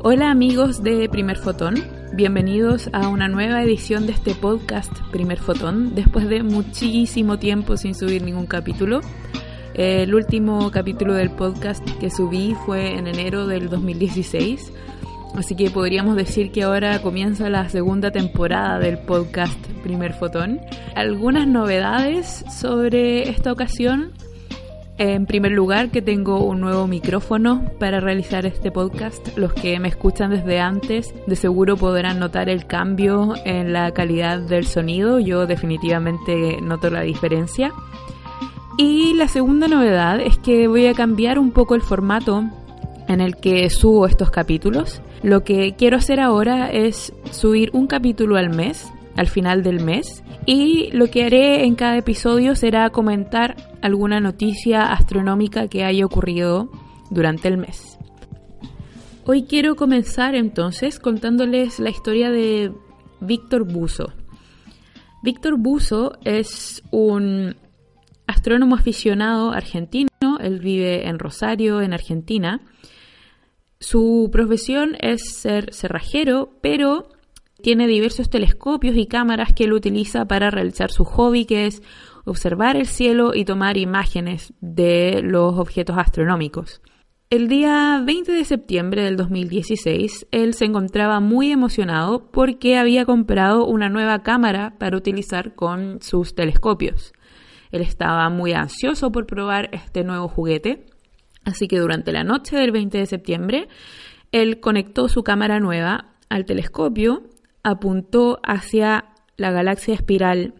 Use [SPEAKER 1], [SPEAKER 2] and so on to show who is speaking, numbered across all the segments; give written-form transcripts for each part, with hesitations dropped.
[SPEAKER 1] Hola amigos de Primer Fotón, bienvenidos a una nueva edición de este podcast Primer Fotón, después de muchísimo tiempo sin subir ningún capítulo. El último capítulo del podcast que subí fue en enero del 2016, así que podríamos decir que ahora comienza la segunda temporada del podcast Primer Fotón. Algunas novedades sobre esta ocasión. En primer lugar, que tengo un nuevo micrófono para realizar este podcast. Los que me escuchan desde antes de seguro podrán notar el cambio en la calidad del sonido. Yo definitivamente noto la diferencia. Y la segunda novedad es que voy a cambiar un poco el formato en el que subo estos capítulos. Lo que quiero hacer ahora es subir un capítulo al mes, al final del mes, y lo que haré en cada episodio será comentar alguna noticia astronómica que haya ocurrido durante el mes. Hoy quiero comenzar entonces contándoles la historia de Víctor Buso. Víctor Buso es un astrónomo aficionado argentino, él vive en Rosario, en Argentina. Su profesión es ser cerrajero, pero tiene diversos telescopios y cámaras que él utiliza para realizar su hobby, que es observar el cielo y tomar imágenes de los objetos astronómicos. El día 20 de septiembre del 2016, él se encontraba muy emocionado porque había comprado una nueva cámara para utilizar con sus telescopios. Él estaba muy ansioso por probar este nuevo juguete, así que durante la noche del 20 de septiembre, él conectó su cámara nueva al telescopio, apuntó hacia la galaxia espiral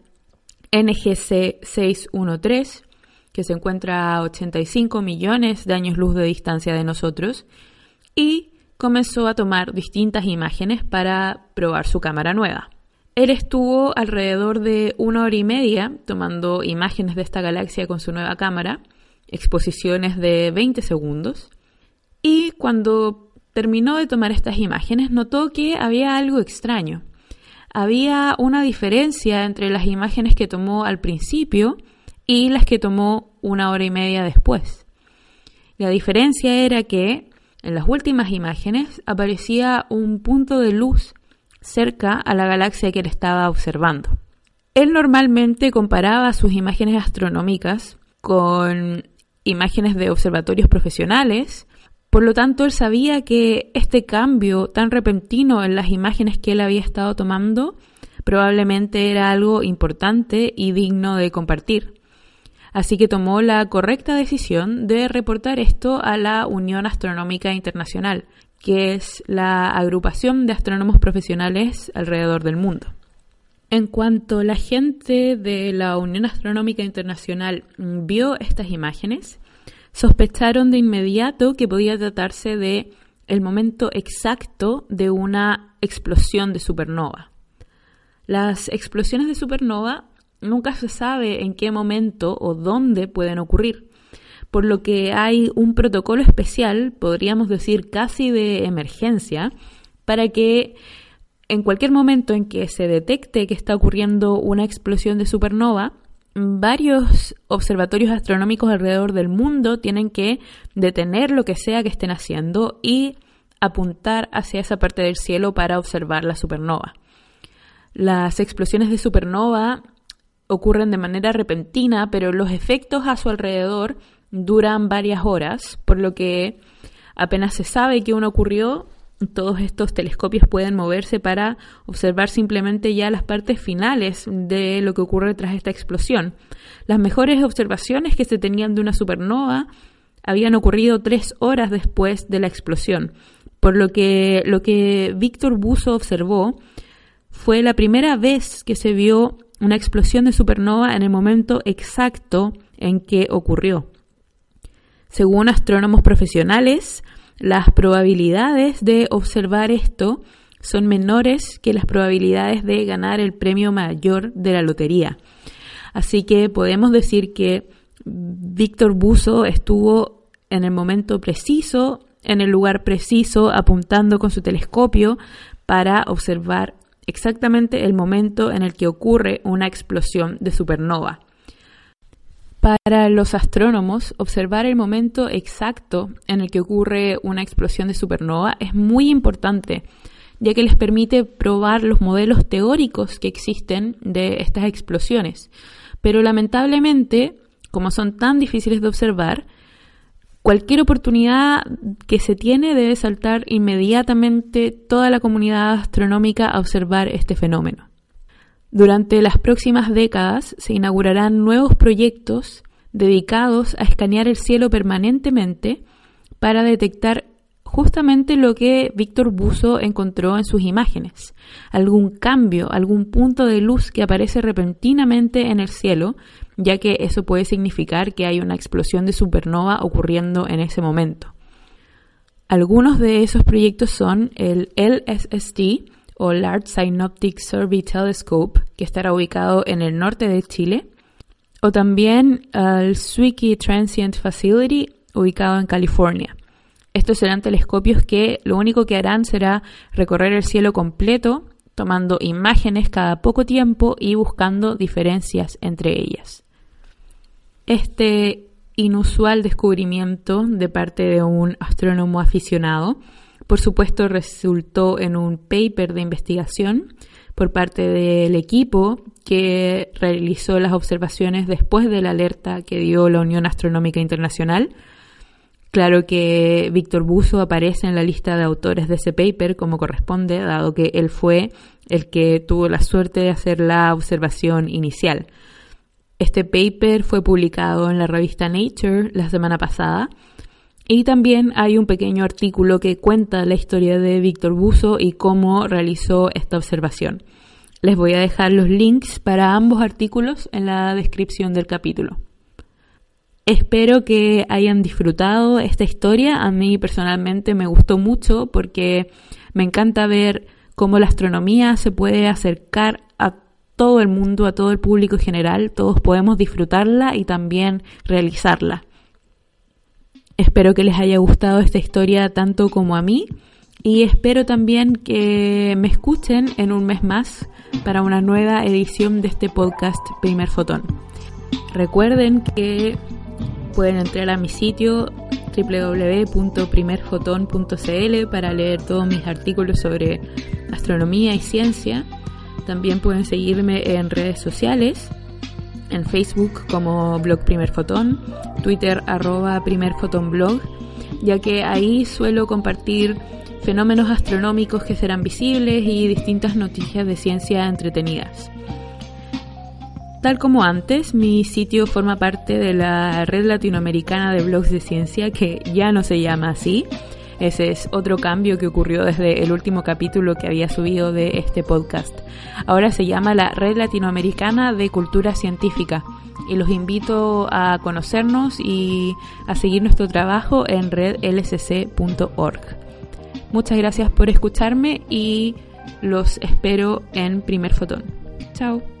[SPEAKER 1] NGC 613, que se encuentra a 85 millones de años luz de distancia de nosotros, y comenzó a tomar distintas imágenes para probar su cámara nueva. Él estuvo alrededor de 1 hora y media tomando imágenes de esta galaxia con su nueva cámara, exposiciones de 20 segundos, y cuando terminó de tomar estas imágenes, notó que había algo extraño. Había una diferencia entre las imágenes que tomó al principio y las que tomó 1 hora y media después. La diferencia era que en las últimas imágenes aparecía un punto de luz cerca a la galaxia que él estaba observando. Él normalmente comparaba sus imágenes astronómicas con imágenes de observatorios profesionales. Por lo tanto, él sabía que este cambio tan repentino en las imágenes que él había estado tomando probablemente era algo importante y digno de compartir. Así que tomó la correcta decisión de reportar esto a la Unión Astronómica Internacional, que es la agrupación de astrónomos profesionales alrededor del mundo. En cuanto la gente de la Unión Astronómica Internacional vio estas imágenes, sospecharon de inmediato que podía tratarse de el momento exacto de una explosión de supernova. Las explosiones de supernova nunca se sabe en qué momento o dónde pueden ocurrir, por lo que hay un protocolo especial, podríamos decir casi de emergencia, para que en cualquier momento en que se detecte que está ocurriendo una explosión de supernova, varios observatorios astronómicos alrededor del mundo tienen que detener lo que sea que estén haciendo y apuntar hacia esa parte del cielo para observar la supernova. Las explosiones de supernova ocurren de manera repentina, pero los efectos a su alrededor duran varias horas, por lo que apenas se sabe que uno ocurrió, todos estos telescopios pueden moverse para observar simplemente ya las partes finales de lo que ocurre tras esta explosión. Las mejores observaciones que se tenían de una supernova habían ocurrido 3 horas después de la explosión, por lo que Víctor Buso observó fue la primera vez que se vio una explosión de supernova en el momento exacto en que ocurrió. Según astrónomos profesionales, las probabilidades de observar esto son menores que las probabilidades de ganar el premio mayor de la lotería. Así que podemos decir que Víctor Buso estuvo en el momento preciso, en el lugar preciso, apuntando con su telescopio para observar exactamente el momento en el que ocurre una explosión de supernova. Para los astrónomos, observar el momento exacto en el que ocurre una explosión de supernova es muy importante, ya que les permite probar los modelos teóricos que existen de estas explosiones. Pero lamentablemente, como son tan difíciles de observar, cualquier oportunidad que se tiene debe saltar inmediatamente toda la comunidad astronómica a observar este fenómeno. Durante las próximas décadas se inaugurarán nuevos proyectos dedicados a escanear el cielo permanentemente para detectar justamente lo que Víctor Buso encontró en sus imágenes, algún cambio, algún punto de luz que aparece repentinamente en el cielo, ya que eso puede significar que hay una explosión de supernova ocurriendo en ese momento. Algunos de esos proyectos son el LSST, o Large Synoptic Survey Telescope, que estará ubicado en el norte de Chile, o también el Zwicky Transient Facility, ubicado en California. Estos serán telescopios que lo único que harán será recorrer el cielo completo, tomando imágenes cada poco tiempo y buscando diferencias entre ellas. Este inusual descubrimiento de parte de un astrónomo aficionado, por supuesto, resultó en un paper de investigación por parte del equipo que realizó las observaciones después de la alerta que dio la Unión Astronómica Internacional. Claro que Víctor Buso aparece en la lista de autores de ese paper como corresponde, dado que él fue el que tuvo la suerte de hacer la observación inicial. Este paper fue publicado en la revista Nature la semana pasada. Y también hay un pequeño artículo que cuenta la historia de Víctor Buso y cómo realizó esta observación. Les voy a dejar los links para ambos artículos en la descripción del capítulo. Espero que hayan disfrutado esta historia. A mí personalmente me gustó mucho porque me encanta ver cómo la astronomía se puede acercar a todo el mundo, a todo el público en general. Todos podemos disfrutarla y también realizarla. Espero que les haya gustado esta historia tanto como a mí y espero también que me escuchen en un mes más para una nueva edición de este podcast Primer Fotón. Recuerden que pueden entrar a mi sitio www.primerfoton.cl para leer todos mis artículos sobre astronomía y ciencia. También pueden seguirme en redes sociales. En Facebook como blog Primer Fotón, Twitter @primerfotonblog, ya que ahí suelo compartir fenómenos astronómicos que serán visibles y distintas noticias de ciencia entretenidas. Tal como antes, mi sitio forma parte de la red latinoamericana de blogs de ciencia, que ya no se llama así. Ese es otro cambio que ocurrió desde el último capítulo que había subido de este podcast. Ahora se llama la Red Latinoamericana de Cultura Científica y los invito a conocernos y a seguir nuestro trabajo en redlsc.org. Muchas gracias por escucharme y los espero en Primer Fotón. Chao.